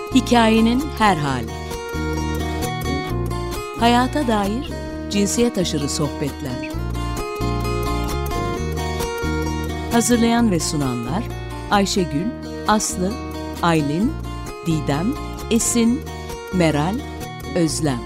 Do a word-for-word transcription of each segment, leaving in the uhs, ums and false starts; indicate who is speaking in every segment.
Speaker 1: Hikayenin her hali. Hayata dair cinsiyet aşırı sohbetler. Hazırlayan ve sunanlar Ayşegül, Aslı, Aylin, Didem, Esin, Meral, Özlem.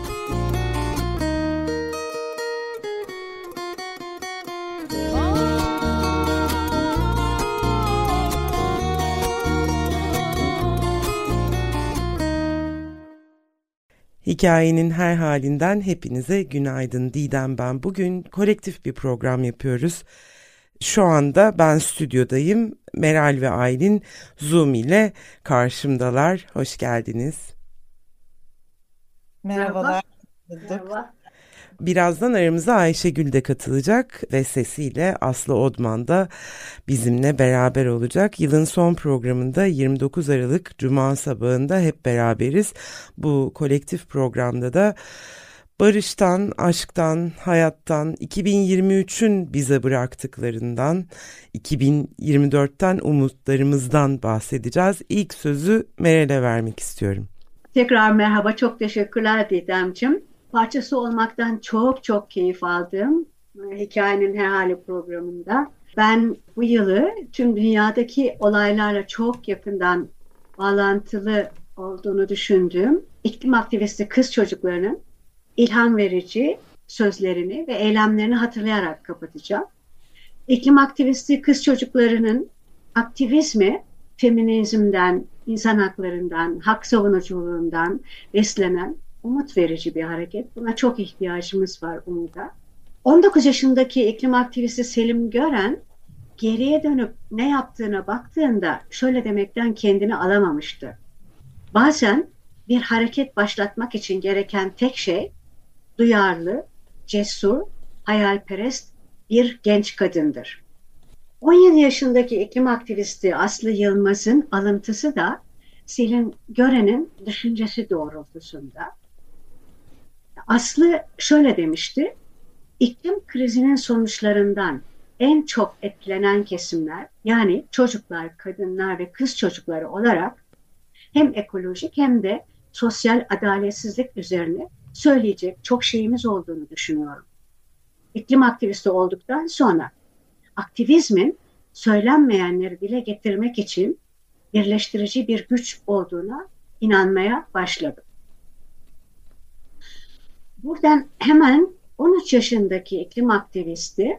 Speaker 2: Hikayenin her halinden hepinize günaydın. Didem ben. Bugün kolektif bir program yapıyoruz. Şu anda ben stüdyodayım. Meral ve Aylin Zoom ile karşımdalar. Hoş geldiniz.
Speaker 3: Merhabalar.
Speaker 4: Merhaba.
Speaker 2: Birazdan aramıza Ayşegül de katılacak ve sesiyle Aslı Odman da bizimle beraber olacak. Yılın son programında yirmi dokuz Aralık Cuma sabahında hep beraberiz. Bu kolektif programda da barıştan, aşktan, hayattan, iki bin yirmi üçün bize bıraktıklarından, iki bin yirmi dörtten umutlarımızdan bahsedeceğiz. İlk sözü Meral'e vermek istiyorum.
Speaker 4: Tekrar merhaba, çok teşekkürler Didemciğim. Parçası olmaktan çok çok keyif aldım Hikayenin Her Hali programında. Ben bu yılı tüm dünyadaki olaylarla çok yakından bağlantılı olduğunu düşündüğüm iklim aktivisti kız çocuklarının ilham verici sözlerini ve eylemlerini hatırlayarak kapatacağım. İklim aktivisti kız çocuklarının aktivizmi feminizmden, insan haklarından, hak savunuculuğundan beslenen umut verici bir hareket. Buna çok ihtiyacımız var umuda. on dokuz yaşındaki iklim aktivisti Selim Gören geriye dönüp ne yaptığına baktığında şöyle demekten kendini alamamıştı. Bazen bir hareket başlatmak için gereken tek şey duyarlı, cesur, hayalperest bir genç kadındır. on yedi yaşındaki iklim aktivisti Aslı Yılmaz'ın alıntısı da Selim Gören'in düşüncesi doğrultusunda. Aslı şöyle demişti, iklim krizinin sonuçlarından en çok etkilenen kesimler, yani çocuklar, kadınlar ve kız çocukları olarak hem ekolojik hem de sosyal adaletsizlik üzerine söyleyecek çok şeyimiz olduğunu düşünüyorum. İklim aktivisti olduktan sonra aktivizmin söylenmeyenleri dile getirmek için birleştirici bir güç olduğuna inanmaya başladım. Buradan hemen on üç yaşındaki iklim aktivisti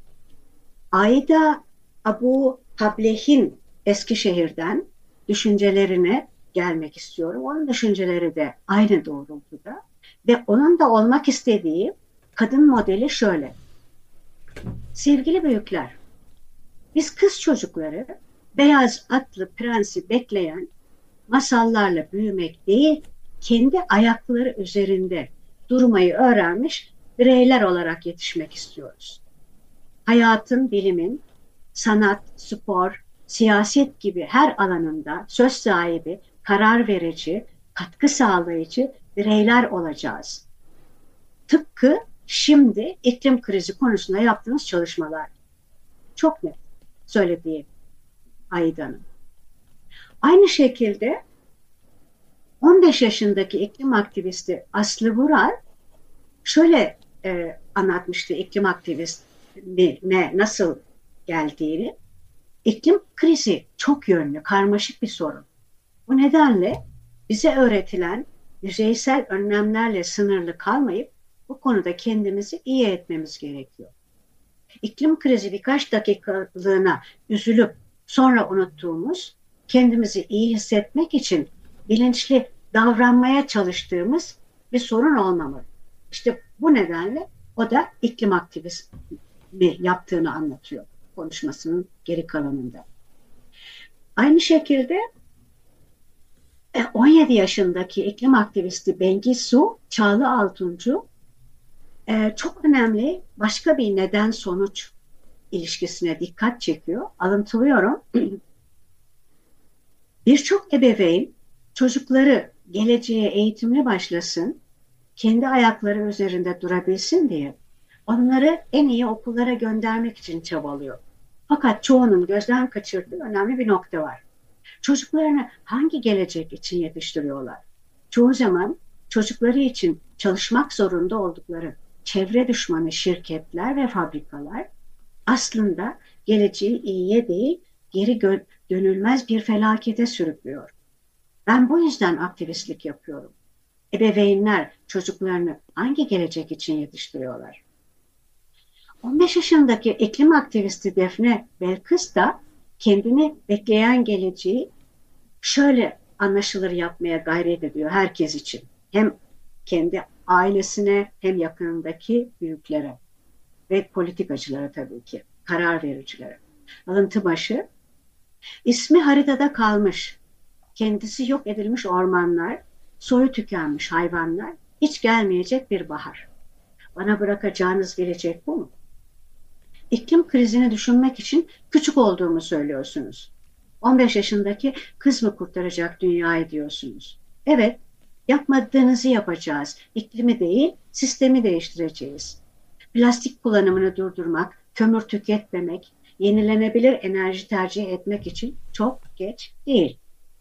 Speaker 4: Ayda Abu Hableh'in Eskişehir'den düşüncelerine gelmek istiyorum. Onun düşünceleri de aynı doğrultuda ve onun da olmak istediği kadın modeli şöyle. Sevgili büyükler, biz kız çocukları beyaz atlı prensi bekleyen masallarla büyümek değil, kendi ayakları üzerinde durmayı öğrenmiş bireyler olarak yetişmek istiyoruz. Hayatın, bilimin, sanat, spor, siyaset gibi her alanında söz sahibi, karar verici, katkı sağlayıcı bireyler olacağız. Tıpkı şimdi iklim krizi konusunda yaptığımız çalışmalar. Çok net söylediği Ayda'nın. Aynı şekilde on beş yaşındaki iklim aktivisti Aslı Vural şöyle e, anlatmıştı iklim aktivizmine nasıl geldiğini. İklim krizi çok yönlü, karmaşık bir sorun. Bu nedenle bize öğretilen yüzeysel önlemlerle sınırlı kalmayıp bu konuda kendimizi iyi etmemiz gerekiyor. İklim krizi birkaç dakikalığına üzülüp sonra unuttuğumuz, kendimizi iyi hissetmek için bilinçli davranmaya çalıştığımız bir sorun olmamalı. İşte bu nedenle o da iklim aktivizmi yaptığını anlatıyor konuşmasının geri kalanında. Aynı şekilde on yedi yaşındaki iklim aktivisti Bengisu Çağlı Altuncu çok önemli başka bir neden-sonuç ilişkisine dikkat çekiyor. Alıntılıyorum. Birçok ebeveyn çocukları geleceğe eğitimli başlasın, kendi ayakları üzerinde durabilsin diye onları en iyi okullara göndermek için çabalıyor. Fakat çoğunun gözden kaçırdığı önemli bir nokta var. Çocuklarını hangi gelecek için yetiştiriyorlar? Çoğu zaman çocukları için çalışmak zorunda oldukları çevre düşmanı şirketler ve fabrikalar aslında geleceği iyiye değil, geri dönülmez bir felakete sürüklüyor. Ben bu yüzden aktivistlik yapıyorum. Ebeveynler çocuklarını hangi gelecek için yetiştiriyorlar? on beş yaşındaki iklim aktivisti Defne Belkıs da kendini bekleyen geleceği şöyle anlaşılır yapmaya gayret ediyor herkes için. Hem kendi ailesine hem yakınındaki büyüklere ve politikacılara tabii ki, karar vericilere. Alıntı başı, ismi haritada kalmış, kendisi yok edilmiş ormanlar, soyu tükenmiş hayvanlar, hiç gelmeyecek bir bahar. Bana bırakacağınız gelecek bu mu? İklim krizini düşünmek için küçük olduğumu söylüyorsunuz. on beş yaşındaki kız mı kurtaracak dünyayı diyorsunuz. Evet, yapmadığınızı yapacağız. İklimi değil, sistemi değiştireceğiz. Plastik kullanımını durdurmak, kömür tüketmemek, yenilenebilir enerji tercih etmek için çok geç değil.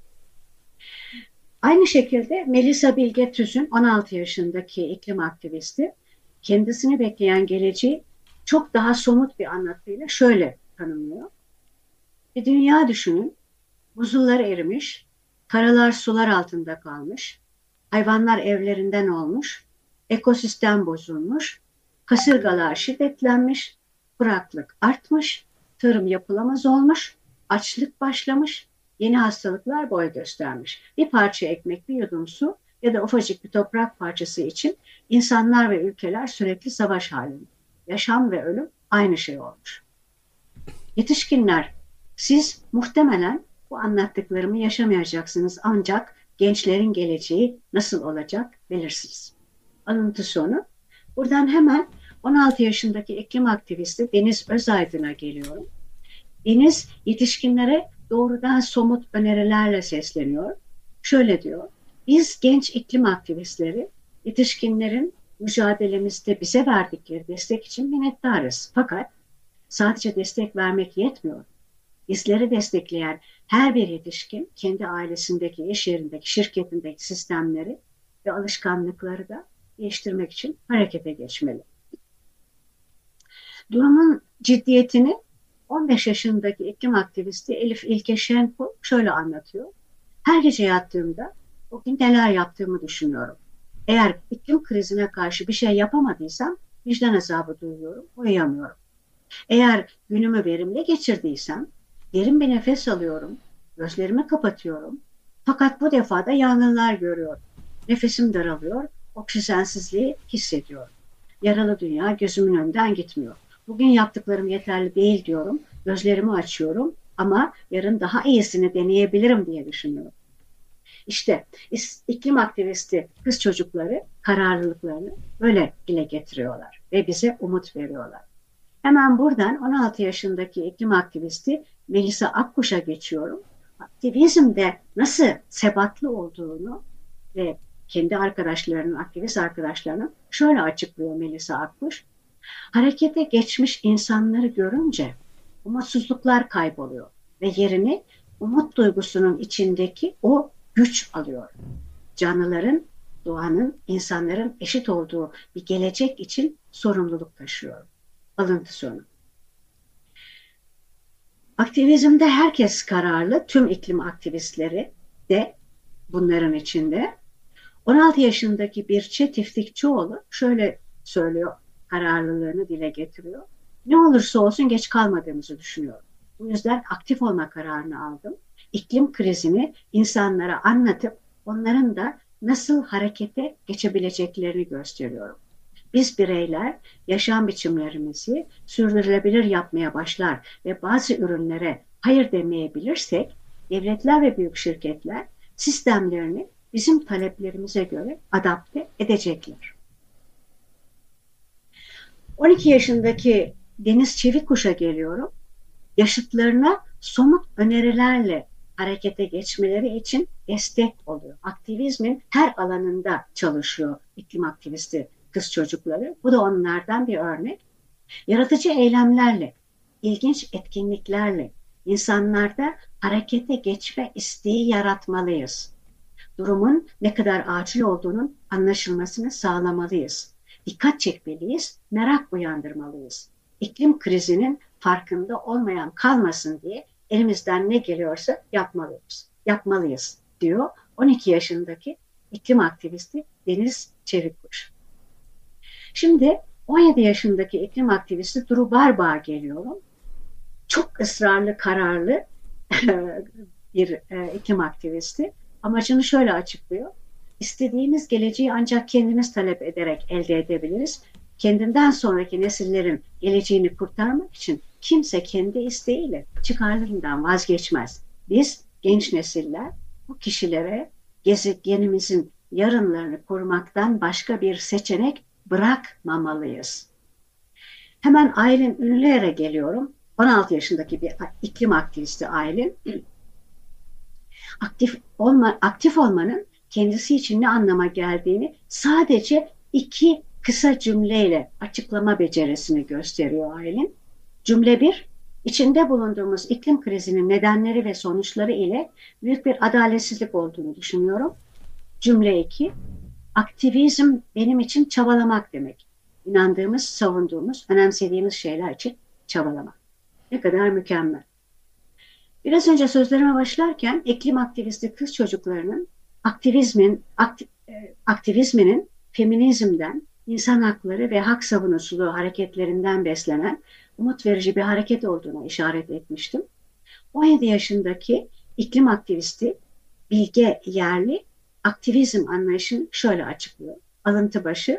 Speaker 4: Aynı şekilde Melisa Bilge Tüzün on altı yaşındaki iklim aktivisti kendisini bekleyen geleceği çok daha somut bir anlatıyla şöyle tanımlıyor. Bir dünya düşünün, buzullar erimiş, karalar sular altında kalmış, hayvanlar evlerinden olmuş, ekosistem bozulmuş, kasırgalar şiddetlenmiş, kuraklık artmış, tarım yapılamaz olmuş, açlık başlamış, yeni hastalıklar boy göstermiş. Bir parça ekmek, bir yudum su ya da ufacık bir toprak parçası için insanlar ve ülkeler sürekli savaş halinde. Yaşam ve ölüm aynı şey olmuş. Yetişkinler, siz muhtemelen bu anlattıklarımı yaşamayacaksınız ancak gençlerin geleceği nasıl olacak belirsiz. Alıntı sonu. Buradan hemen on altı yaşındaki iklim aktivisti Deniz Özaydın'a geliyorum. Deniz yetişkinlere doğrudan somut önerilerle sesleniyor. Şöyle diyor, biz genç iklim aktivistleri yetişkinlerin mücadelemizde bize verdikleri destek için minnettarız. Fakat sadece destek vermek yetmiyor. Bizleri destekleyen her bir yetişkin kendi ailesindeki, iş yerindeki, şirketindeki sistemleri ve alışkanlıkları da değiştirmek için harekete geçmeli. Durumun ciddiyetini on beş yaşındaki iklim aktivisti Elif İlke Şenpol şöyle anlatıyor. Her gece yattığımda o gün neler yaptığımı düşünüyorum. Eğer iklim krizine karşı bir şey yapamadıysam vicdan azabı duyuyorum, uyuyamıyorum. Eğer günümü verimli geçirdiysem derin bir nefes alıyorum, gözlerimi kapatıyorum. Fakat bu defa da yangınlar görüyorum. Nefesim daralıyor, oksijensizliği hissediyorum. Yaralı dünya gözümün önünden gitmiyor. Bugün yaptıklarım yeterli değil diyorum, gözlerimi açıyorum ama yarın daha iyisini deneyebilirim diye düşünüyorum. İşte iklim aktivisti kız çocukları kararlılıklarını böyle dile getiriyorlar ve bize umut veriyorlar. Hemen buradan on altı yaşındaki iklim aktivisti Melisa Akkuş'a geçiyorum. Aktivizmde nasıl sebatlı olduğunu ve kendi arkadaşlarının, aktivist arkadaşlarının şöyle açıklıyor Melisa Akkuş. Harekete geçmiş insanları görünce umutsuzluklar kayboluyor ve yerini umut duygusunun içindeki o güç alıyor. Canlıların, doğanın, insanların eşit olduğu bir gelecek için sorumluluk taşıyor. Alıntı sonu. Aktivizmde herkes kararlı, tüm iklim aktivistleri de bunların içinde. on altı yaşındaki Birçe Tiftikçioğlu şöyle söylüyor, kararlılığını dile getiriyor. Ne olursa olsun geç kalmadığımızı düşünüyorum. Bu yüzden aktif olma kararını aldım. İklim krizini insanlara anlatıp onların da nasıl harekete geçebileceklerini gösteriyorum. Biz bireyler yaşam biçimlerimizi sürdürülebilir yapmaya başlar ve bazı ürünlere hayır demeyebilirsek devletler ve büyük şirketler sistemlerini bizim taleplerimize göre adapte edecekler. on iki yaşındaki Deniz Çevikuş'a geliyorum. Yaşıtlarına somut önerilerle harekete geçmeleri için destek oluyor. Aktivizmin her alanında çalışıyor iklim aktivisti kız çocukları. Bu da onlardan bir örnek. Yaratıcı eylemlerle, ilginç etkinliklerle, insanlarda harekete geçme isteği yaratmalıyız. Durumun ne kadar acil olduğunun anlaşılmasını sağlamalıyız. Dikkat çekmeliyiz, merak uyandırmalıyız. İklim krizinin farkında olmayan kalmasın diye elimizden ne geliyorsa yapmalıyız. Yapmalıyız diyor on iki yaşındaki iklim aktivisti Deniz Çevikkuş. Şimdi on yedi yaşındaki iklim aktivisti Duru Barbak'a geliyorum. Çok ısrarlı, kararlı bir e, iklim aktivisti. Amacını şöyle açıklıyor. İstediğimiz geleceği ancak kendimiz talep ederek elde edebiliriz. Kendinden sonraki nesillerin geleceğini kurtarmak için kimse kendi isteğiyle çıkarlarından vazgeçmez. Biz genç nesiller bu kişilere gezegenimizin yarınlarını korumaktan başka bir seçenek bırakmamalıyız. Hemen Aylin Ünlüer'e geliyorum. on altı yaşındaki bir iklim aktivisti Aylin. Aktif, olma, aktif olmanın kendisi için ne anlama geldiğini sadece iki kısa cümleyle açıklama becerisini gösteriyor Aylin. Cümle bir, içinde bulunduğumuz iklim krizinin nedenleri ve sonuçları ile büyük bir adaletsizlik olduğunu düşünüyorum. Cümle iki, aktivizm benim için çabalamak demek. İnandığımız, savunduğumuz, önemsediğimiz şeyler için çabalamak. Ne kadar mükemmel. Biraz önce sözlerime başlarken iklim aktivisti kız çocuklarının aktivizmin, akti, aktivizminin feminizmden, insan hakları ve hak savunuculuğu hareketlerinden beslenen umut verici bir hareket olduğuna işaret etmiştim. on yedi yaşındaki iklim aktivisti Bilge Yerli aktivizm anlayışını şöyle açıklıyor. Alıntı başı,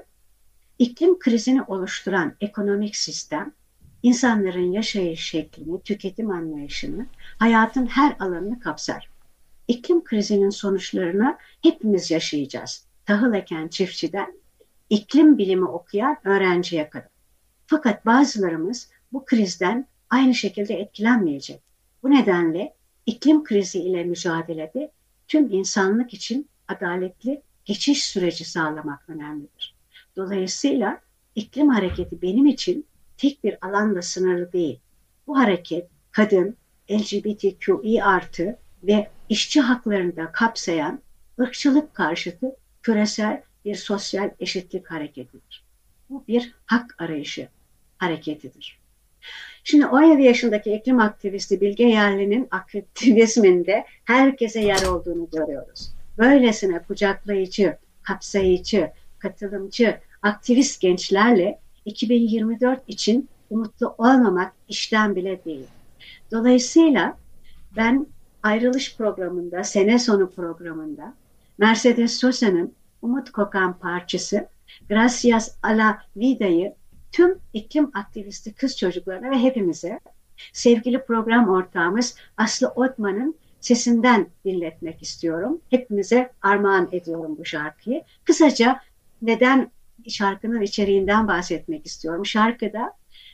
Speaker 4: iklim krizini oluşturan ekonomik sistem, insanların yaşayış şeklini, tüketim anlayışını, hayatın her alanını kapsar. İklim krizinin sonuçlarını hepimiz yaşayacağız. Tahıl eken çiftçiden, iklim bilimi okuyan öğrenciye kadar. Fakat bazılarımız bu krizden aynı şekilde etkilenmeyecek. Bu nedenle iklim krizi ile mücadelede tüm insanlık için adaletli geçiş süreci sağlamak önemlidir. Dolayısıyla iklim hareketi benim için tek bir alanla sınırlı değil. Bu hareket kadın, L G B T Q I artı ve işçi haklarını da kapsayan ırkçılık karşıtı küresel bir sosyal eşitlik hareketidir. Bu bir hak arayışı hareketidir. Şimdi on yedi yaşındaki iklim aktivisti Bilge Yerli'nin aktivizminde herkese yer olduğunu görüyoruz. Böylesine kucaklayıcı, kapsayıcı, katılımcı, aktivist gençlerle iki bin yirmi dört için umutlu olmamak işten bile değil. Dolayısıyla ben ayrılış programında, sene sonu programında Mercedes Sosa'nın umut kokan parçası Gracias a la Vida'yı tüm iklim aktivisti kız çocuklarına ve hepimize sevgili program ortağımız Aslı Otman'ın sesinden dinletmek istiyorum. Hepimize armağan ediyorum bu şarkıyı. Kısaca neden şarkının içeriğinden bahsetmek istiyorum. Şarkıda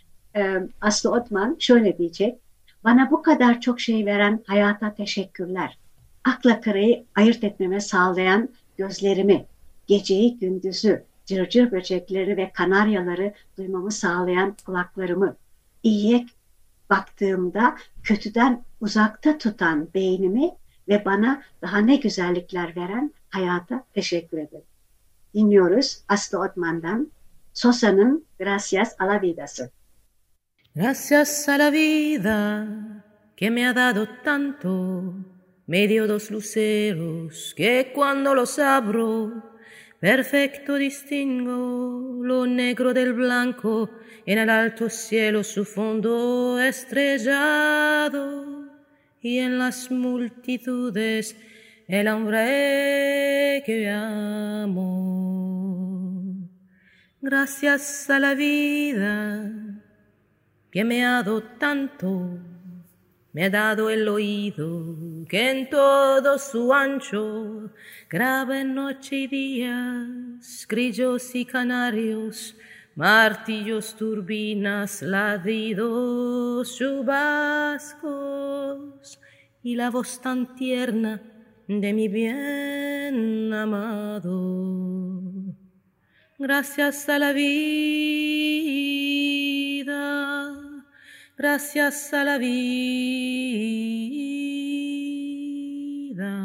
Speaker 4: e, Aslı Otman şöyle diyecek. Bana bu kadar çok şey veren hayata teşekkürler. Akla karayı ayırt etmeme sağlayan gözlerimi, geceyi gündüzü, cırcır böcekleri ve kanaryaları duymamı sağlayan kulaklarımı, iyiye baktığımda kötüden uzakta tutan beynimi ve bana daha ne güzellikler veren hayata teşekkür ederim. Dinliyoruz Aslı Otman'dan Sosa'nın Gracias a la Vida'sı.
Speaker 3: Gracias a la vida que me ha dado tanto, me dio dos luceros que cuando los abro, perfecto distingo lo negro del blanco, en el alto cielo su fondo estrellado, y en las multitudes el hombre que amo. Gracias a la vida que me ha dado tanto, me ha dado el oído que en todo su ancho graba en noche y días grillos y canarios, martillos, turbinas, ladridos, chubascos y la voz tan tierna de mi bien amado. Gracias a la vida, gracias a la vida.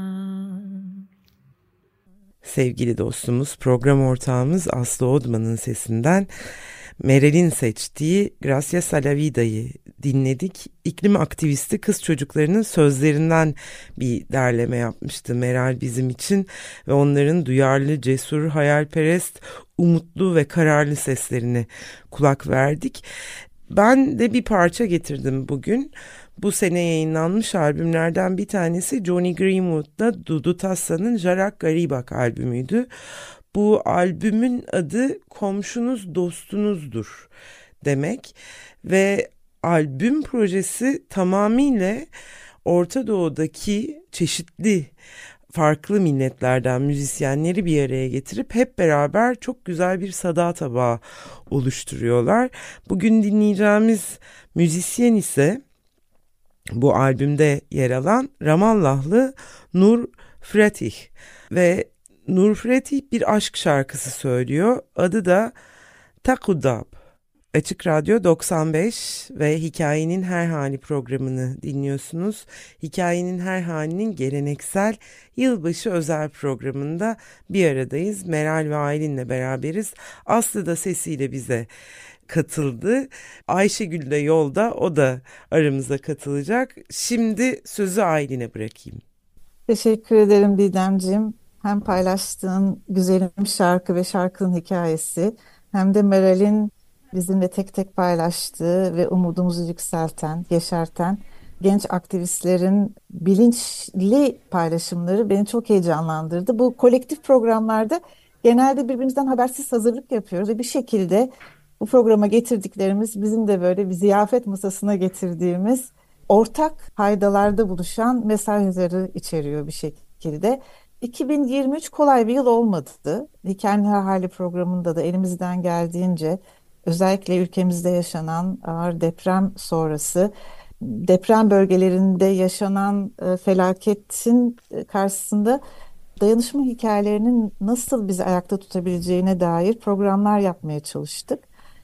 Speaker 2: Sevgili dostumuz, program ortağımız Aslı Odman'ın sesinden Meral'in seçtiği Gracias a la Vida'yı dinledik. İklim aktivisti kız çocuklarının sözlerinden bir derleme yapmıştı Meral bizim için ve onların duyarlı, cesur, hayalperest, umutlu ve kararlı seslerine kulak verdik. Ben de bir parça getirdim bugün. Bu sene yayınlanmış albümlerden bir tanesi Johnny Greenwood'la Dudu Tassa'nın Jarak Garibak albümüydü. Bu albümün adı Komşunuz Dostunuzdur demek ve albüm projesi tamamıyla Orta Doğu'daki çeşitli farklı milletlerden müzisyenleri bir araya getirip hep beraber çok güzel bir sada tabağı oluşturuyorlar. Bugün dinleyeceğimiz müzisyen ise bu albümde yer alan Ramallahlı Nur Fretih ve Nur Fretih bir aşk şarkısı söylüyor. Adı da Takudab. Açık Radyo doksan beş ve Hikayenin Her Hali programını dinliyorsunuz. Hikayenin Her Hali'nin geleneksel yılbaşı özel programında bir aradayız. Meral ve Aylin'le beraberiz. Aslı da sesiyle bize katıldı. Ayşegül de yolda, o da aramıza katılacak. Şimdi sözü Aylin'e bırakayım.
Speaker 5: Teşekkür ederim Didemciğim. Hem paylaştığın güzelim şarkı ve şarkının hikayesi hem de Meral'in bizimle tek tek paylaştığı ve umudumuzu yükselten, yeşerten genç aktivistlerin bilinçli paylaşımları beni çok heyecanlandırdı. Bu kolektif programlarda genelde birbirimizden habersiz hazırlık yapıyoruz ve bir şekilde bu programa getirdiklerimiz bizim de böyle bir ziyafet masasına getirdiğimiz ortak paydalarda buluşan mesajları içeriyor bir şekilde. iki bin yirmi üç kolay bir yıl olmadı. Hikayenin Her Hali programında da elimizden geldiğince özellikle ülkemizde yaşanan ağır deprem sonrası deprem bölgelerinde yaşanan e, felaketin karşısında dayanışma hikayelerinin nasıl bizi ayakta tutabileceğine dair programlar yapmaya çalıştık.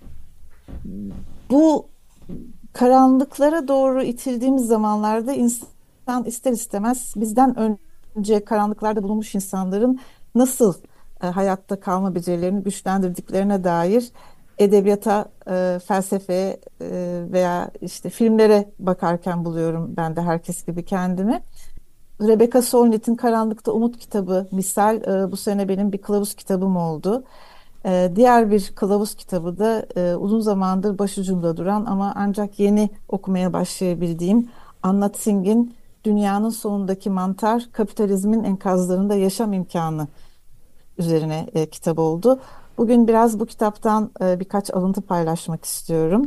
Speaker 5: Bu karanlıklara doğru itildiğimiz zamanlarda insan ister istemez bizden önce karanlıklarda bulunmuş insanların nasıl e, hayatta kalma becerilerini güçlendirdiklerine dair edebiyata, e, felsefeye e, veya işte filmlere bakarken buluyorum ben de herkes gibi kendimi. Rebecca Solnit'in Karanlıkta Umut kitabı misal e, bu sene benim bir kılavuz kitabım oldu. E, diğer bir kılavuz kitabı da e, uzun zamandır başucumda duran ama ancak yeni okumaya başlayabildiğim Anna Tsing'in Dünyanın Sonundaki Mantar, Kapitalizmin Enkazlarında Yaşam İmkanı üzerine e, kitap oldu. Bugün biraz bu kitaptan e, birkaç alıntı paylaşmak istiyorum.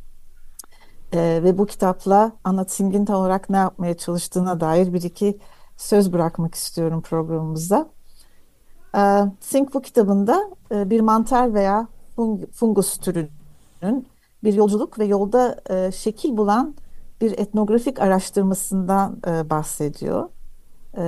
Speaker 5: E, ve bu kitapla Anna Tsing'in tam olarak ne yapmaya çalıştığına dair bir iki söz bırakmak istiyorum programımızda. E, Tsing bu kitabında e, bir mantar veya fung, fungus türünün bir yolculuk ve yolda e, şekil bulan bir etnografik araştırmasından e, bahsediyor. E,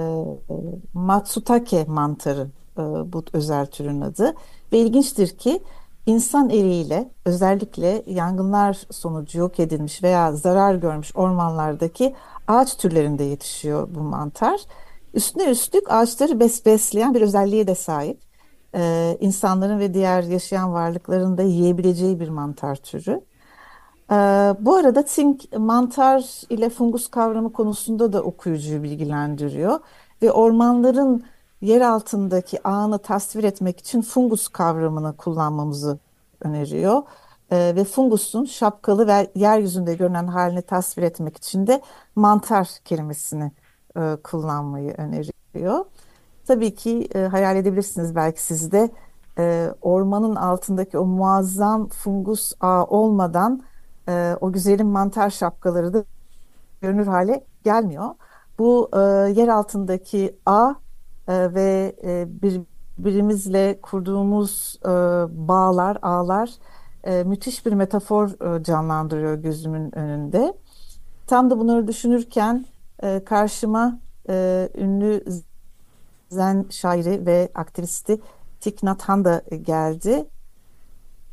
Speaker 5: Matsutake mantarı e, bu özel türün adı. Ve ilginçtir ki insan eliyle özellikle yangınlar sonucu yok edilmiş veya zarar görmüş ormanlardaki ağaç türlerinde yetişiyor bu mantar. Üstüne üstlük ağaçları bes besleyen bir özelliğe de sahip. Ee, insanların ve diğer yaşayan varlıkların da yiyebileceği bir mantar türü. Ee, bu arada Tsing mantar ile fungus kavramı konusunda da okuyucuyu bilgilendiriyor ve ormanların yer altındaki ağını tasvir etmek için fungus kavramını kullanmamızı öneriyor. Ee, ve fungusun şapkalı ve yeryüzünde görünen halini tasvir etmek için de mantar kelimesini e, kullanmayı öneriyor. Tabii ki e, hayal edebilirsiniz belki siz de e, ormanın altındaki o muazzam fungus ağı olmadan e, o güzelim mantar şapkaları da görünür hale gelmiyor. Bu e, yer altındaki ağ e, ve e, birbirimizle kurduğumuz e, bağlar, ağlar e, müthiş bir metafor e, canlandırıyor gözümün önünde. Tam da bunları düşünürken e, karşıma e, ünlü Zen şairi ve aktivisti Thich Nhat Hanh da geldi.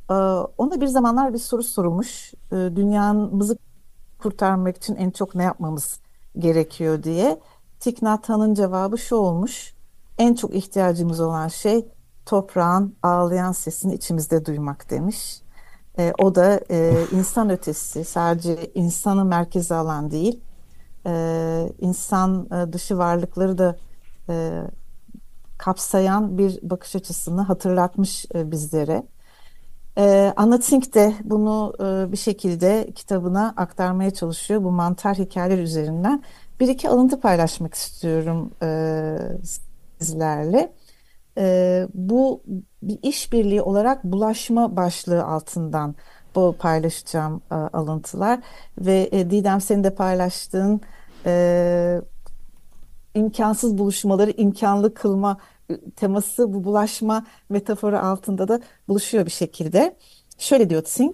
Speaker 5: Ee, Ona bir zamanlar bir soru sorulmuş. Ee, Dünyamızı kurtarmak için en çok ne yapmamız gerekiyor diye. Thich Nhat Hanh'ın cevabı şu olmuş: en çok ihtiyacımız olan şey toprağın ağlayan sesini içimizde duymak demiş. Ee, o da e, insan ötesi, sadece insanı merkeze alan değil, e, insan e, dışı varlıkları da e, kapsayan bir bakış açısını hatırlatmış e, bizlere. Ee, Anna Tsing de bunu e, bir şekilde kitabına aktarmaya çalışıyor. Bu mantar hikayeler üzerinden bir iki alıntı paylaşmak istiyorum e, sizlerle. E, bu bir işbirliği olarak bulaşma başlığı altından bu paylaşacağım e, alıntılar ve e, Didem, senin de paylaştığın e, imkansız buluşmaları imkanlı kılma e, teması bu bulaşma metaforu altında da buluşuyor bir şekilde. Şöyle diyor Tsing: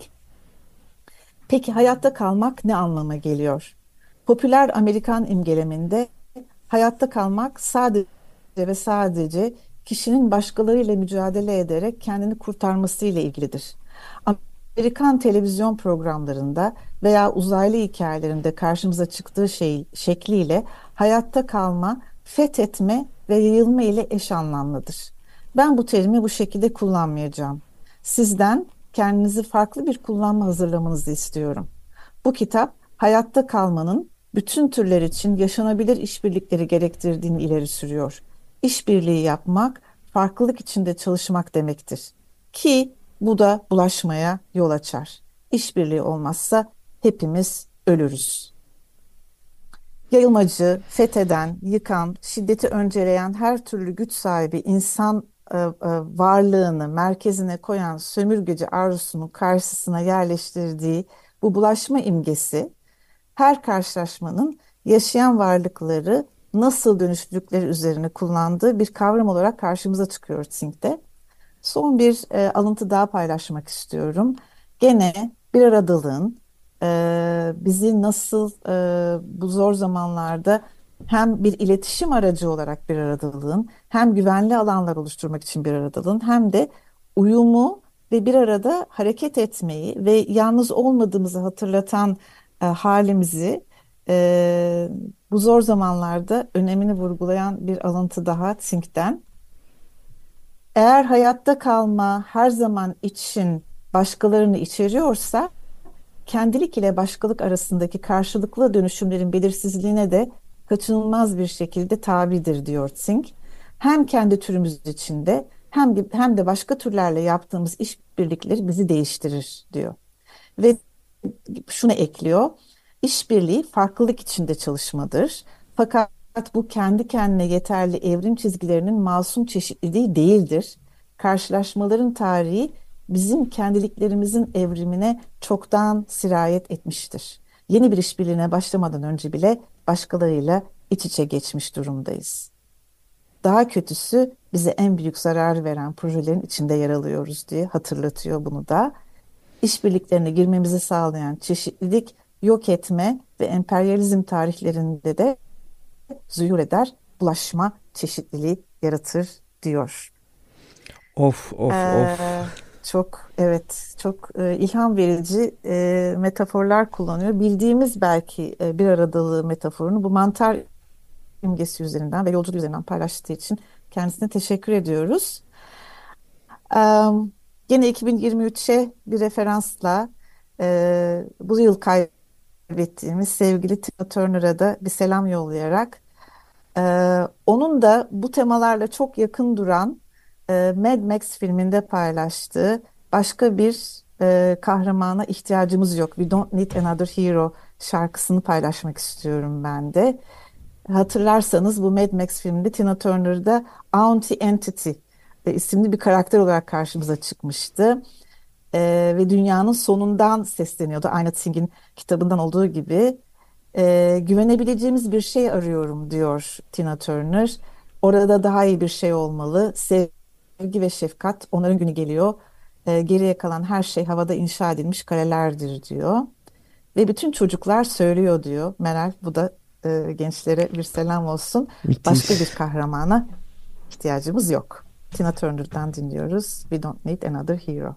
Speaker 5: peki hayatta kalmak ne anlama geliyor? Popüler Amerikan imgeleminde hayatta kalmak sadece ve sadece kişinin başkalarıyla mücadele ederek kendini kurtarması ile ilgilidir. Amerikan televizyon programlarında veya uzaylı hikayelerinde karşımıza çıktığı şey şekliyle hayatta kalma, fethetme ve yayılma ile eş anlamlıdır. Ben bu terimi bu şekilde kullanmayacağım. Sizden kendinizi farklı bir kullanma hazırlamanızı istiyorum. Bu kitap hayatta kalmanın bütün türler için yaşanabilir işbirlikleri gerektirdiğini ileri sürüyor. İşbirliği yapmak, farklılık içinde çalışmak demektir. Ki bu da bulaşmaya yol açar. İşbirliği olmazsa hepimiz ölürüz. Yayılmacı, fetheden, yıkan, şiddeti önceleyen her türlü güç sahibi insan e, e, varlığını merkezine koyan sömürgeci arzusunun karşısına yerleştirdiği bu bulaşma imgesi, her karşılaşmanın yaşayan varlıkları nasıl dönüştürdükleri üzerine kullandığı bir kavram olarak karşımıza çıkıyor Tsing'de. Son bir e, alıntı daha paylaşmak istiyorum. Gene bir aradalığın e, bizi nasıl e, bu zor zamanlarda hem bir iletişim aracı olarak bir aradalığın, hem güvenli alanlar oluşturmak için bir aradalığın, hem de uyumu ve bir arada hareket etmeyi ve yalnız olmadığımızı hatırlatan e, halimizi e, bu zor zamanlarda önemini vurgulayan bir alıntı daha Tsing'den. Eğer hayatta kalma her zaman için başkalarını içeriyorsa, kendilik ile başkalık arasındaki karşılıklı dönüşümlerin belirsizliğine de kaçınılmaz bir şekilde tabidir diyor Tsing. Hem kendi türümüz içinde hem de, hem de başka türlerle yaptığımız işbirlikleri bizi değiştirir diyor. Ve şunu ekliyor: işbirliği farklılık içinde çalışmadır. Fakat bu kendi kendine yeterli evrim çizgilerinin masum çeşitliliği değildir. Karşılaşmaların tarihi bizim kendiliklerimizin evrimine çoktan sirayet etmiştir. Yeni bir işbirliğine başlamadan önce bile başkalarıyla iç içe geçmiş durumdayız. Daha kötüsü, bize en büyük zarar veren projelerin içinde yer alıyoruz diye hatırlatıyor bunu da. İşbirliklerine girmemizi sağlayan çeşitlilik, yok etme ve emperyalizm tarihlerinde de zuhur eder, bulaşma çeşitliliği yaratır diyor.
Speaker 2: Of of
Speaker 5: Ee,
Speaker 2: of.
Speaker 5: Çok evet, çok e, ilham verici e, metaforlar kullanıyor. Bildiğimiz belki e, bir aradalığı metaforunu bu mantar imgesi üzerinden ve yolculuk üzerinden paylaştığı için kendisine teşekkür ediyoruz. Ee, Yine iki bin yirmi üçe bir referansla e, bu yıl kaybettiğimiz sevgili Tina Turner'a da bir selam yollayarak, Ee, onun da bu temalarla çok yakın duran e, Mad Max filminde paylaştığı başka bir e, kahramana ihtiyacımız yok, We Don't Need Another Hero şarkısını paylaşmak istiyorum ben de. Hatırlarsanız bu Mad Max filminde Tina Turner'da Auntie Entity e, isimli bir karakter olarak karşımıza çıkmıştı. E, ve dünyanın sonundan sesleniyordu. Aynı Tsing'in kitabından olduğu gibi. Ee, güvenebileceğimiz bir şey arıyorum diyor Tina Turner. Orada daha iyi bir şey olmalı. Sevgi ve şefkat, onların günü geliyor. Ee, geriye kalan her şey havada inşa edilmiş kalelerdir diyor. Ve bütün çocuklar söylüyor diyor. Meral, bu da e, gençlere bir selam olsun. Başka
Speaker 2: Müthiş.
Speaker 5: bir kahramana ihtiyacımız yok. Tina Turner'dan dinliyoruz. We don't need another hero.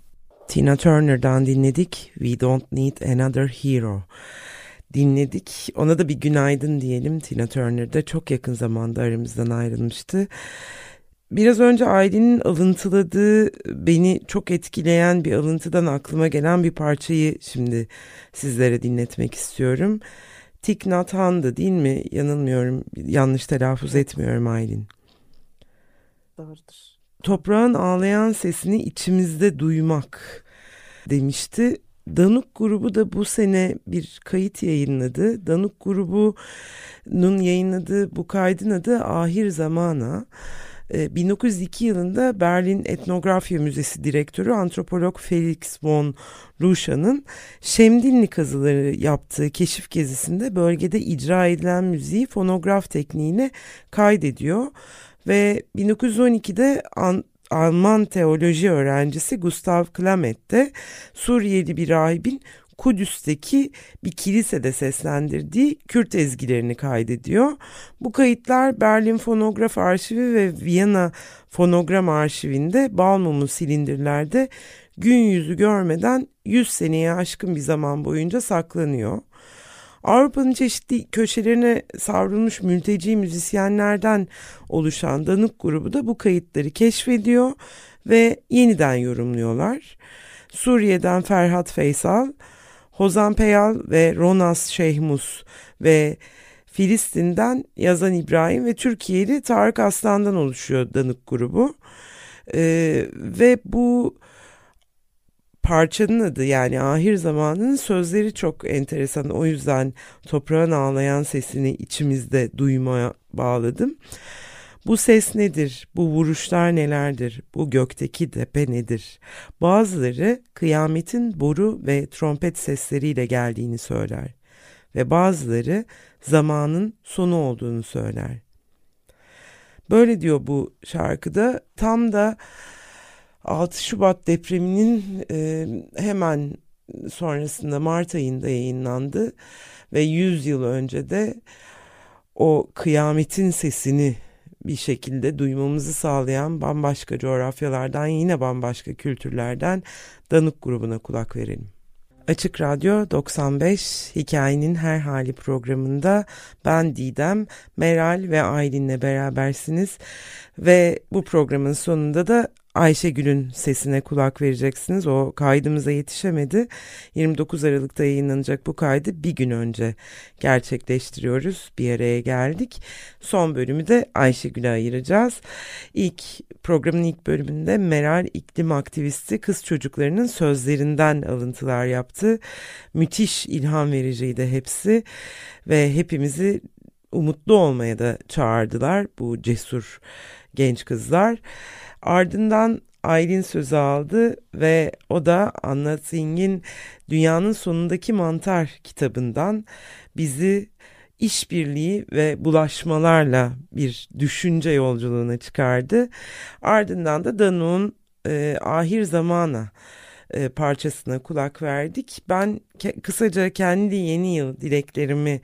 Speaker 2: Tina Turner'dan dinledik. We Don't Need Another Hero dinledik. Ona da bir günaydın diyelim. Tina Turner da çok yakın zamanda aramızdan ayrılmıştı. Biraz önce Aylin'in alıntıladığı, beni çok etkileyen bir alıntıdan aklıma gelen bir parçayı şimdi sizlere dinletmek istiyorum. Thich Nhat Hanh'dı değil mi? Yanılmıyorum, yanlış telaffuz etmiyorum Aylin.
Speaker 5: Doğrudur.
Speaker 2: Toprağın ağlayan sesini içimizde duymak demişti. Danuk grubu da bu sene bir kayıt yayınladı. Danuk grubunun yayınladığı bu kaydın adı Ahir Zamana. bin dokuz yüz iki yılında Berlin Etnografya Müzesi direktörü antropolog Felix von Ruscha'nın Şemdinli kazıları yaptığı keşif gezisinde bölgede icra edilen müziği fonograf tekniğine kaydediyor. Ve bin dokuz yüz on ikide An- Alman teoloji öğrencisi Gustav Klamet de Suriyeli bir rahibin Kudüs'teki bir kilisede seslendirdiği Kürt ezgilerini kaydediyor. Bu kayıtlar Berlin Fonograf Arşivi ve Viyana Fonogram Arşivinde bal mumu silindirlerde gün yüzü görmeden yüz seneye aşkın bir zaman boyunca saklanıyor. Avrupa'nın çeşitli köşelerine savrulmuş mülteci müzisyenlerden oluşan Danuk grubu da bu kayıtları keşfediyor ve yeniden yorumluyorlar. Suriye'den Ferhat Feysal, Hozan Peyal ve Ronas Şehmus ve Filistin'den Yazan İbrahim ve Türkiye'li Tarık Aslan'dan oluşuyor Danuk grubu. Ee, ve bu parçanın adı, yani Ahir Zaman'ın sözleri çok enteresan. O yüzden toprağın ağlayan sesini içimizde duymaya bağladım. Bu ses nedir? Bu vuruşlar nelerdir? Bu gökteki tepe nedir? Bazıları kıyametin boru ve trompet sesleriyle geldiğini söyler. Ve bazıları zamanın sonu olduğunu söyler. Böyle diyor bu şarkıda. Tam da altı Şubat depreminin e, hemen sonrasında Mart ayında yayınlandı ve yüz yıl önce de o kıyametin sesini bir şekilde duymamızı sağlayan bambaşka coğrafyalardan, yine bambaşka kültürlerden Danuk grubuna kulak verelim. Açık Radyo doksan beş Hikayenin Her Hali programında ben Didem, Meral ve Aylin'le berabersiniz ve bu programın sonunda da Ayşegül'ün sesine kulak vereceksiniz. O kaydımıza yetişemedi. yirmi dokuz Aralık'ta yayınlanacak bu kaydı bir gün önce gerçekleştiriyoruz. Bir araya geldik. Son bölümü de Ayşegül'e ayıracağız. İlk programın ilk bölümünde Meral iklim aktivisti kız çocuklarının sözlerinden alıntılar yaptı. Müthiş ilham vericiydi hepsi ve hepimizi umutlu olmaya da çağırdılar bu cesur genç kızlar. Ardından Aylin sözü aldı ve o da Anna Tsing'in Dünyanın Sonundaki Mantar kitabından bizi işbirliği ve bulaşmalarla bir düşünce yolculuğuna çıkardı. Ardından da Danuk'un e, Ahir Zamana e, parçasına kulak verdik. Ben ke- kısaca kendi yeni yıl dileklerimi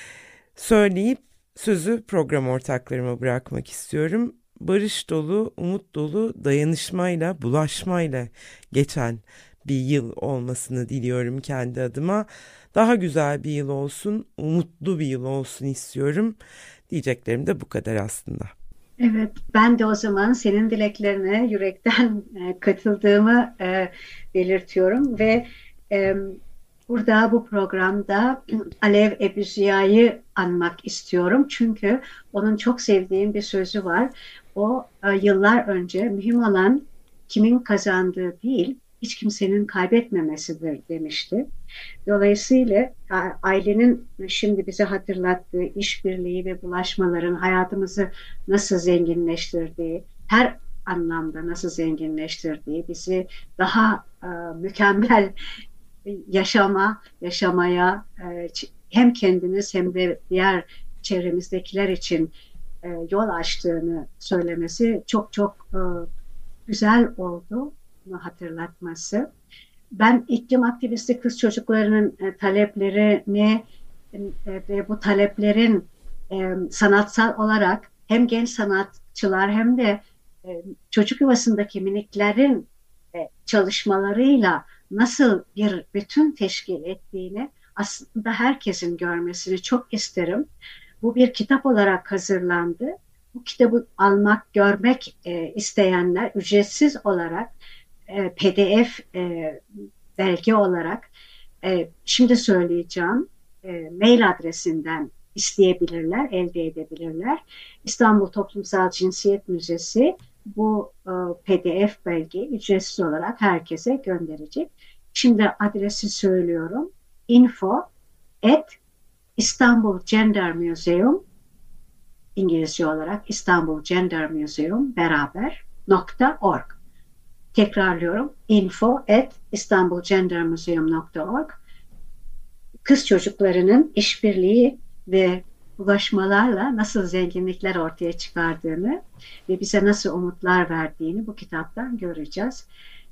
Speaker 2: söyleyip sözü program ortaklarıma bırakmak istiyorum. Barış dolu, umut dolu, dayanışmayla, bulaşmayla geçen bir yıl olmasını diliyorum kendi adıma. Daha güzel bir yıl olsun, umutlu bir yıl olsun istiyorum. Diyeceklerim de bu kadar aslında.
Speaker 4: Evet, ben de o zaman senin dileklerine yürekten e, katıldığımı e, belirtiyorum ve e, burada bu programda Alev Ebu Ziya'yı anmak istiyorum. Çünkü onun çok sevdiğim bir sözü var. O e, yıllar önce mühim olan kimin kazandığı değil, hiç kimsenin kaybetmemesidir demişti. Dolayısıyla ailenin şimdi bize hatırlattığı işbirliği ve bulaşmaların hayatımızı nasıl zenginleştirdiği, her anlamda nasıl zenginleştirdiği, bizi daha e, mükemmel yaşama, yaşamaya e, hem kendiniz hem de diğer çevremizdekiler için e, yol açtığını söylemesi çok çok e, güzel oldu, bunu hatırlatması. Ben iklim aktivisti kız çocuklarının e, taleplerini e, ve bu taleplerin e, sanatsal olarak hem genç sanatçılar hem de e, çocuk yuvasındaki miniklerin e, çalışmalarıyla nasıl bir bütün teşkil ettiğini aslında herkesin görmesini çok isterim. Bu bir kitap olarak hazırlandı. Bu kitabı almak, görmek e, isteyenler ücretsiz olarak e, P D F e, belge olarak e, şimdi söyleyeceğim e, mail adresinden isteyebilirler, elde edebilirler. İstanbul Toplumsal Cinsiyet Müzesi bu e, P D F belgeyi ücretsiz olarak herkese gönderecek. Şimdi adresi söylüyorum. info at İstanbul Gender Museum, İngilizce olarak İstanbul Gender Museum beraber nokta org. Tekrarlıyorum. info at istanbul gender museum nokta org. Kız çocuklarının işbirliği ve ulaşmalarla nasıl zenginlikler ortaya çıkardığını ve bize nasıl umutlar verdiğini bu kitaptan göreceğiz.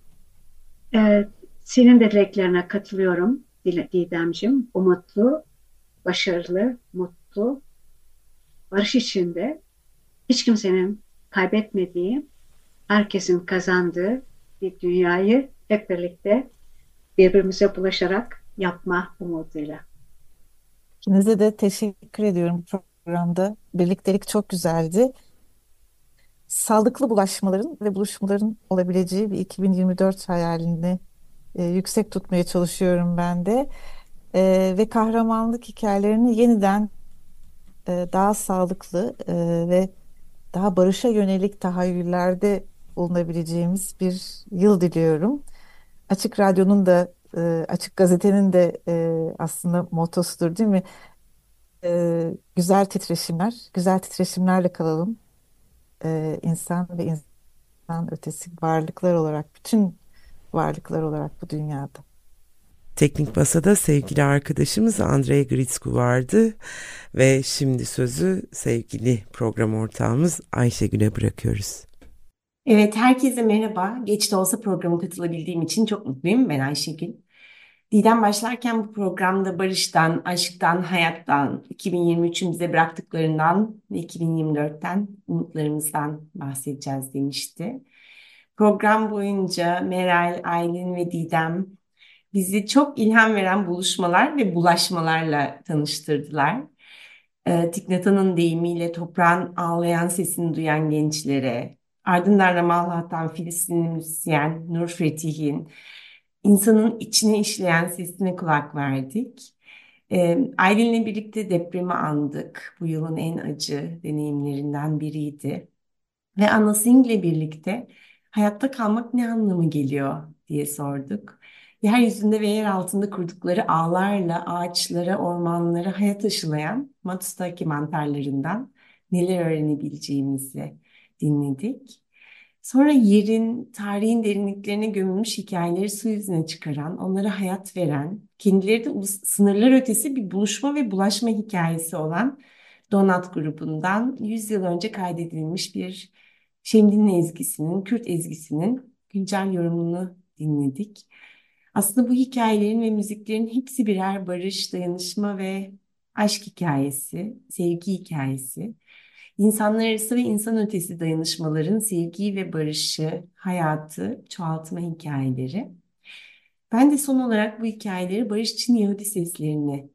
Speaker 4: Ee, senin de dileklerine katılıyorum Didemciğim. Umutlu, başarılı, mutlu, barış içinde hiç kimsenin kaybetmediği, herkesin kazandığı bir dünyayı hep birlikte birbirimize bulaşarak yapma umuduyla.
Speaker 5: İkinize de teşekkür ediyorum bu programda. Birliktelik çok güzeldi. Sağlıklı bulaşmaların ve buluşmaların olabileceği bir iki bin yirmi dört hayalini e, yüksek tutmaya çalışıyorum ben de. E, ve kahramanlık hikayelerini yeniden e, daha sağlıklı e, ve daha barışa yönelik tahayyüllerde bulunabileceğimiz bir yıl diliyorum. Açık Radyo'nun da e, Açık Gazete'nin de e, aslında mottosudur değil mi? E, güzel titreşimler, güzel titreşimlerle kalalım. E, insan ve insan ötesi varlıklar olarak, bütün varlıklar olarak bu dünyada.
Speaker 2: Teknik Masa'da sevgili arkadaşımız Andrei Gritsku vardı ve şimdi sözü sevgili program ortağımız Ayşegül'e bırakıyoruz.
Speaker 6: Evet, herkese merhaba. Geç de olsa programa katılabildiğim için çok mutluyum. Ben Ayşegül. Didem başlarken bu programda barıştan, aşktan, hayattan, iki bin yirmi üçün bize bıraktıklarından ve iki bin yirmi dörtten umutlarımızdan bahsedeceğiz demişti. Program boyunca Meral, Aylin ve Didem bizi çok ilham veren buluşmalar ve bulaşmalarla tanıştırdılar. E, Thich Nhat Hanh'ın deyimiyle toprağın ağlayan sesini duyan gençlere, ardından Ramallah'tan Filistinli müzisyen Nur Fethi'nin insanın içine işleyen sesine kulak verdik. E, Aylin'le birlikte depremi andık. Bu yılın en acı deneyimlerinden biriydi. Ve Anna Singh'le birlikte hayatta kalmak ne anlamı geliyor diye sorduk. Yeryüzünde ve yer altında kurdukları ağlarla ağaçlara, ormanlara hayat aşılayan Matsushita mantarlarından neler öğrenebileceğimizi dinledik. Sonra yerin, tarihin derinliklerine gömülmüş hikayeleri su yüzüne çıkaran, onlara hayat veren, kendileri de ulus- sınırlar ötesi bir buluşma ve bulaşma hikayesi olan Donat grubundan yüz yıl önce kaydedilmiş bir Şemdinli ezgisinin, Kürt ezgisinin güncel yorumunu dinledik. Aslında bu hikayelerin ve müziklerin hepsi birer barış, dayanışma ve aşk hikayesi, sevgi hikayesi. İnsanlar arası ve insan ötesi dayanışmaların sevgiyi ve barışı, hayatı çoğaltma hikayeleri. Ben de son olarak bu hikayeleri barış için Yahudi seslerini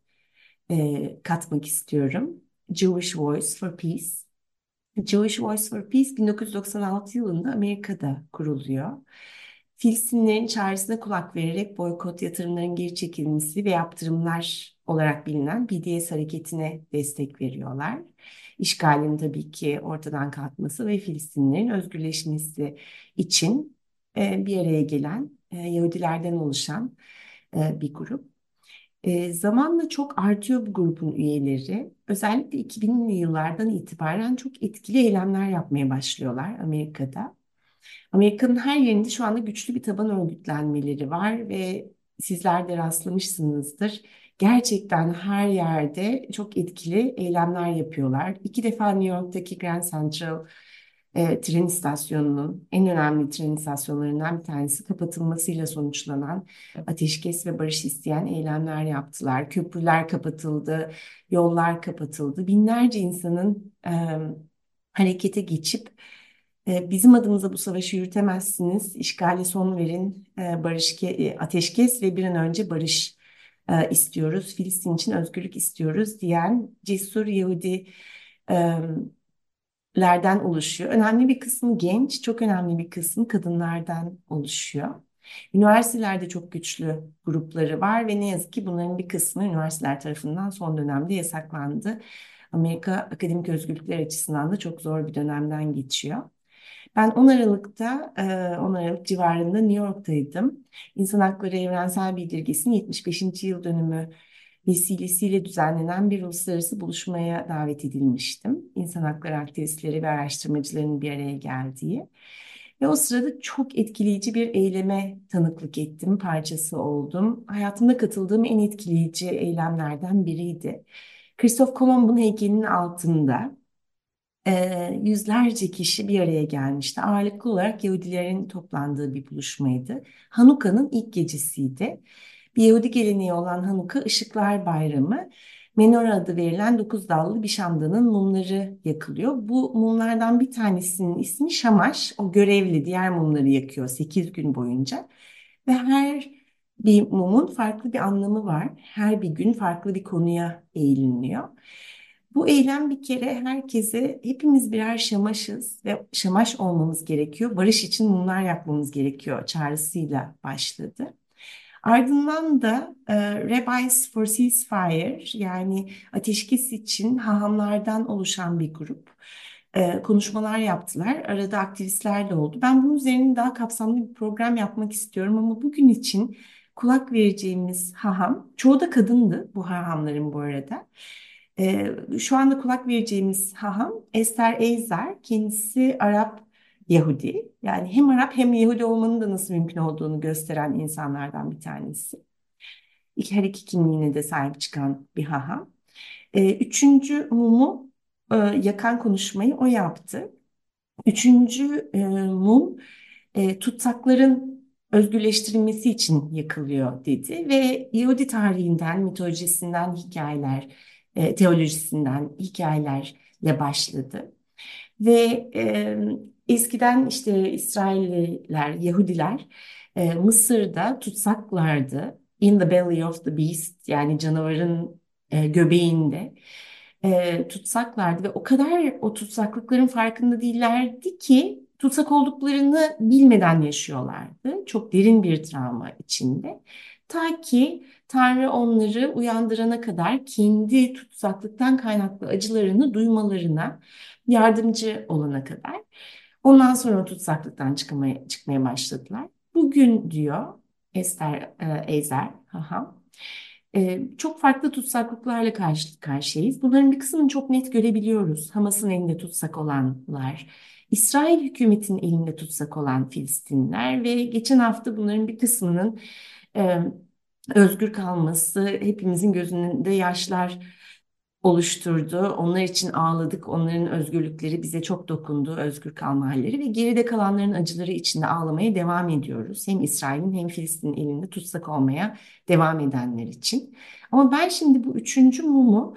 Speaker 6: e, katmak istiyorum. Jewish Voice for Peace. Jewish Voice for Peace bin dokuz yüz doksan altı yılında Amerika'da kuruluyor. Filistinlerin çağrısına kulak vererek boykot, yatırımların geri çekilmesi ve yaptırımlar olarak bilinen B D S hareketine destek veriyorlar. İşgalin tabii ki ortadan kalkması ve Filistinlerin özgürleşmesi için e, bir araya gelen e, Yahudilerden oluşan e, bir grup. E, zamanla çok artıyor bu grubun üyeleri. Özellikle iki binli yıllardan itibaren çok etkili eylemler yapmaya başlıyorlar Amerika'da. Amerika'nın her yerinde şu anda güçlü bir taban örgütlenmeleri var ve sizler de rastlamışsınızdır. Gerçekten her yerde çok etkili eylemler yapıyorlar. İki defa New York'taki Grand Central e, tren istasyonunun en önemli tren istasyonlarından bir tanesi kapatılmasıyla sonuçlanan ateşkes ve barış isteyen eylemler yaptılar. Köprüler kapatıldı, yollar kapatıldı. Binlerce insanın e, harekete geçip E, bizim adımıza bu savaşı yürütemezsiniz, işgale son verin, e, barış, e, ateşkes ve bir an önce barış e, istiyoruz, Filistin için özgürlük istiyoruz diyen cesur Yahudilerden oluşuyor. Önemli bir kısmı genç, çok önemli bir kısmı kadınlardan oluşuyor. Üniversitelerde çok güçlü grupları var ve ne yazık ki bunların bir kısmı üniversiteler tarafından son dönemde yasaklandı. Amerika akademik özgürlükler açısından da çok zor bir dönemden geçiyor. Ben on Aralık'ta, on Aralık civarında New York'taydım. İnsan Hakları Evrensel Bildirgesi'nin yetmiş beşinci yıl dönümü vesilesiyle düzenlenen bir uluslararası buluşmaya davet edilmiştim. İnsan hakları aktivistleri ve araştırmacıların bir araya geldiği. Ve o sırada çok etkileyici bir eyleme tanıklık ettim, parçası oldum. Hayatımda katıldığım en etkileyici eylemlerden biriydi. Christoph Kolomb'un heykelinin altında e, yüzlerce kişi bir araya gelmişti. Ağırlıklı olarak Yahudilerin toplandığı bir buluşmaydı. Hanuka'nın ilk gecesiydi. Bir Yahudi geleneği olan Hanuka Işıklar Bayramı. Menora adı verilen dokuz dallı bir şamdanın mumları yakılıyor. Bu mumlardan bir tanesinin ismi Şamaş. O görevli diğer mumları yakıyor sekiz gün boyunca. Ve her bir mumun farklı bir anlamı var. Her bir gün farklı bir konuya eğiliniyor. Bu eylem bir kere herkese hepimiz birer şamaşız ve şamaş olmamız gerekiyor. Barış için mumlar yakmamız gerekiyor çağrısıyla başladı. Ardından da e, Rabbis for Ceasefire yani ateşkes için hahamlardan oluşan bir grup e, konuşmalar yaptılar. Arada aktivistler de oldu. Ben bunun üzerine daha kapsamlı bir program yapmak istiyorum ama bugün için kulak vereceğimiz haham, çoğu da kadındı bu hahamların bu arada. E, şu anda kulak vereceğimiz haham Esther Eizer, kendisi Arap Yahudi. Yani hem Arap hem Yahudi olmanın da nasıl mümkün olduğunu gösteren insanlardan bir tanesi. İki, her iki kimliğine de sahip çıkan bir haham. E, üçüncü mumu e, yakan konuşmayı o yaptı. Üçüncü e, mum e, tutsakların özgürleştirilmesi için yakılıyor dedi ve Yahudi tarihinden, mitolojisinden hikayeler, e, teolojisinden hikayelerle başladı. Ve e, eskiden işte İsrailliler, Yahudiler e, Mısır'da tutsaklardı. In the belly of the beast yani canavarın e, göbeğinde e, tutsaklardı ve o kadar o tutsaklıkların farkında değillerdi ki tutsak olduklarını bilmeden yaşıyorlardı. Çok derin bir travma içinde. Ta ki Tanrı onları uyandırana kadar kendi tutsaklıktan kaynaklı acılarını duymalarına yardımcı olana kadar. Ondan sonra o tutsaklıktan çıkmaya, çıkmaya başladılar. Bugün diyor Esther e, Eizer, haha, e, çok farklı tutsaklıklarla karşı karşıyayız. Bunların bir kısmını çok net görebiliyoruz. Hamas'ın elinde tutsak olanlar, İsrail hükümetinin elinde tutsak olan Filistinliler ve geçen hafta bunların bir kısmının e, özgür kalması hepimizin gözünde yaşlar oluşturdu. Onlar için ağladık. Onların özgürlükleri bize çok dokundu, özgür kalma halleri ve geride kalanların acıları içinde ağlamaya devam ediyoruz. Hem İsrail'in hem Filistin'in elinde tutsak olmaya devam edenler için. Ama ben şimdi bu üçüncü mumu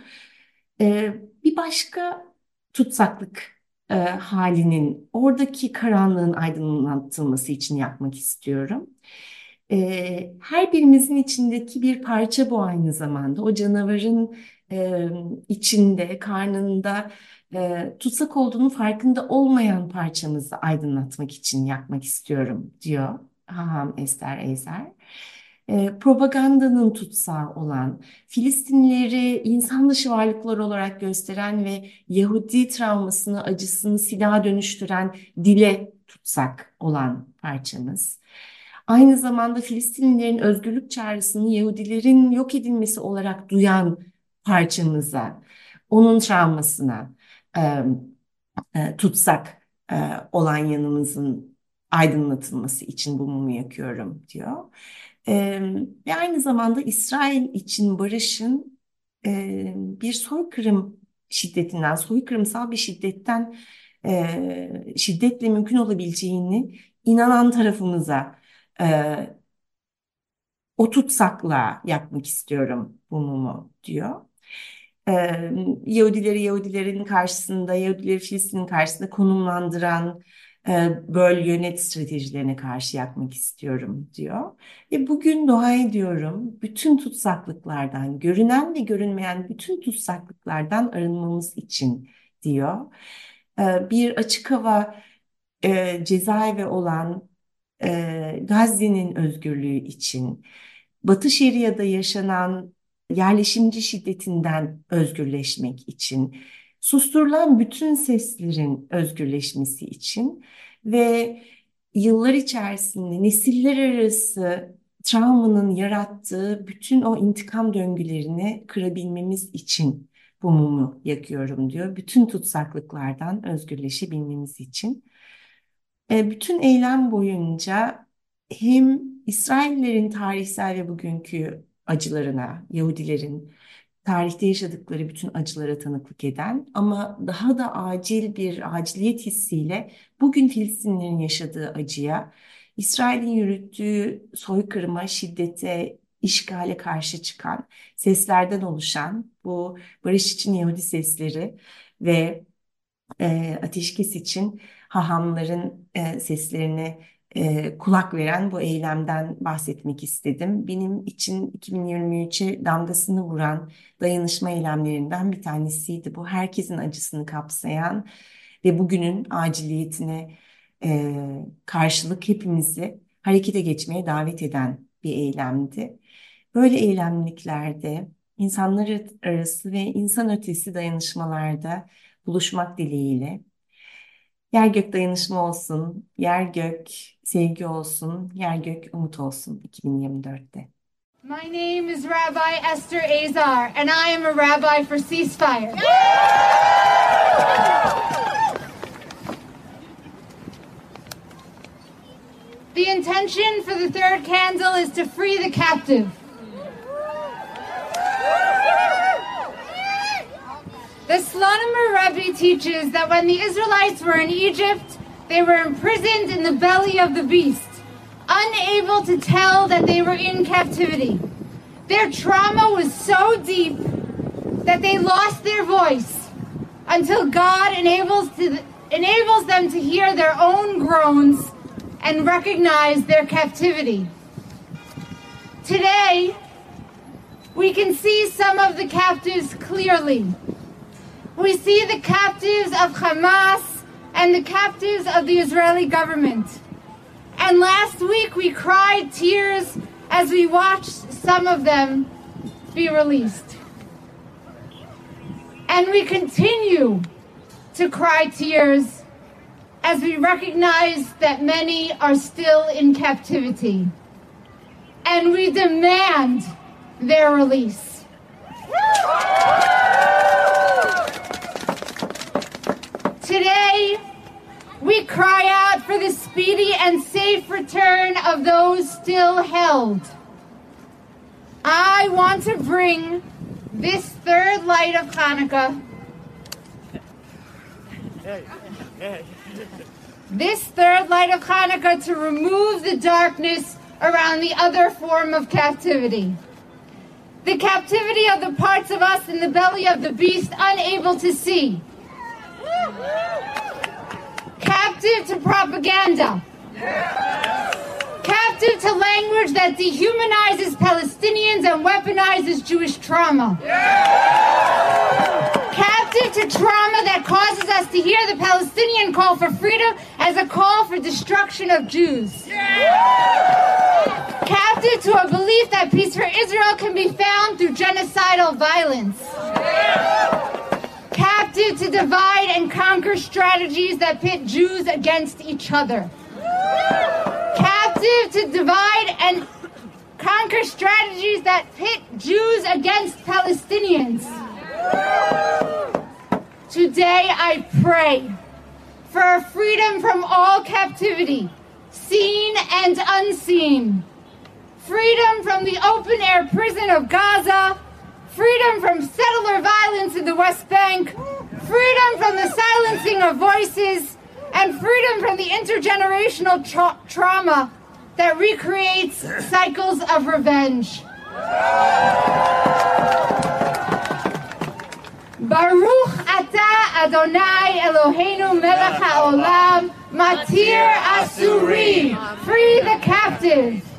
Speaker 6: e, bir başka tutsaklık e, halinin, oradaki karanlığın aydınlatılması için yapmak istiyorum. E, her birimizin içindeki bir parça bu aynı zamanda. O canavarın e, içinde, karnında e, tutsak olduğunu farkında olmayan parçamızı aydınlatmak için yapmak istiyorum diyor Haham Esther Eizer. E, propagandanın tutsağı olan, Filistinlileri insan dışı varlıklar olarak gösteren ve Yahudi travmasını, acısını silaha dönüştüren dile tutsak olan parçamız. Aynı zamanda Filistinlilerin özgürlük çağrısını Yahudilerin yok edilmesi olarak duyan parçamıza, onun travmasına e, e, tutsak e, olan yanımızın aydınlatılması için bu mumu yakıyorum diyor. E, ve aynı zamanda İsrail için barışın e, bir soykırım şiddetinden, soykırımsal bir şiddetten e, şiddetle mümkün olabileceğini inanan tarafımıza e, o tutsakla yapmak istiyorum bu mumu diyor. Ee, Yahudileri Yahudilerin karşısında, Yahudileri Filistin'in karşısında konumlandıran böl yönet stratejilerine karşı yakmak istiyorum diyor. Ve bugün dua ediyorum bütün tutsaklıklardan, görünen ve görünmeyen bütün tutsaklıklardan arınmamız için diyor. Bir açık hava cezaevi olan Gazze'nin özgürlüğü için, Batı Şeria'da yaşanan yerleşimci şiddetinden özgürleşmek için, susturulan bütün seslerin özgürleşmesi için ve yıllar içerisinde nesiller arası travmanın yarattığı bütün o intikam döngülerini kırabilmemiz için bu mumu yakıyorum diyor. Bütün tutsaklıklardan özgürleşebilmemiz için. Bütün eylem boyunca hem İsraillerin tarihsel ve bugünkü acılarına, Yahudilerin tarihte yaşadıkları bütün acılara tanıklık eden ama daha da acil bir aciliyet hissiyle bugün Filistinlilerin yaşadığı acıya, İsrail'in yürüttüğü soykırıma, şiddete, işgale karşı çıkan seslerden oluşan bu barış için Yahudi sesleri ve e, ateşkes için hahamların e, seslerine e, kulak veren bu eylemden bahsetmek istedim. Benim için iki bin yirmi üçe damgasını vuran dayanışma eylemlerinden bir tanesiydi. Bu herkesin acısını kapsayan ve bugünün aciliyetine e, karşılık hepimizi harekete geçmeye davet eden bir eylemdi. Böyle eylemliklerde insanlar arası ve insan ötesi dayanışmalarda buluşmak dileğiyle. Yer gök dayanışma olsun, yer gök sevgi olsun, yer gök umut olsun iki bin yirmi dörtte.
Speaker 7: My name is Rabbi Esther Azar, and I am a rabbi for ceasefire. The intention for the third candle is to free the captive. The Slonimer Rebbe teaches that when the Israelites were in Egypt, they were imprisoned in the belly of the beast, unable to tell that they were in captivity. Their trauma was so deep that they lost their voice until God enables, to, enables them to hear their own groans and recognize their captivity. Today, we can see some of the captives clearly. We see the captives of Hamas and the captives of the Israeli government. And last week we cried tears as we watched some of them be released. And we continue to cry tears as we recognize that many are still in captivity. And we demand their release. Today, we cry out for the speedy and safe return of those still held. I want to bring this third light of Hanukkah, this third light of Hanukkah to remove the darkness around the other form of captivity. The captivity of the parts of us in the belly of the beast unable to see. Captive to propaganda. Captive to language that dehumanizes Palestinians and weaponizes Jewish trauma. Captive to trauma that causes us to hear the Palestinian call for freedom as a call for destruction of Jews. Captive to a belief that peace for Israel can be found through genocidal violence. Captive to divide and conquer strategies that pit Jews against each other. Captive to divide and conquer strategies that pit Jews against Palestinians. Today I pray for a freedom from all captivity, seen and unseen. Freedom from the open-air prison of Gaza. Freedom from settler violence in the West Bank, freedom from the silencing of voices, and freedom from the intergenerational tra- trauma that recreates cycles of revenge. Baruch Ata Adonai Eloheinu Melech HaOlam, Matir Asuri, free the captives.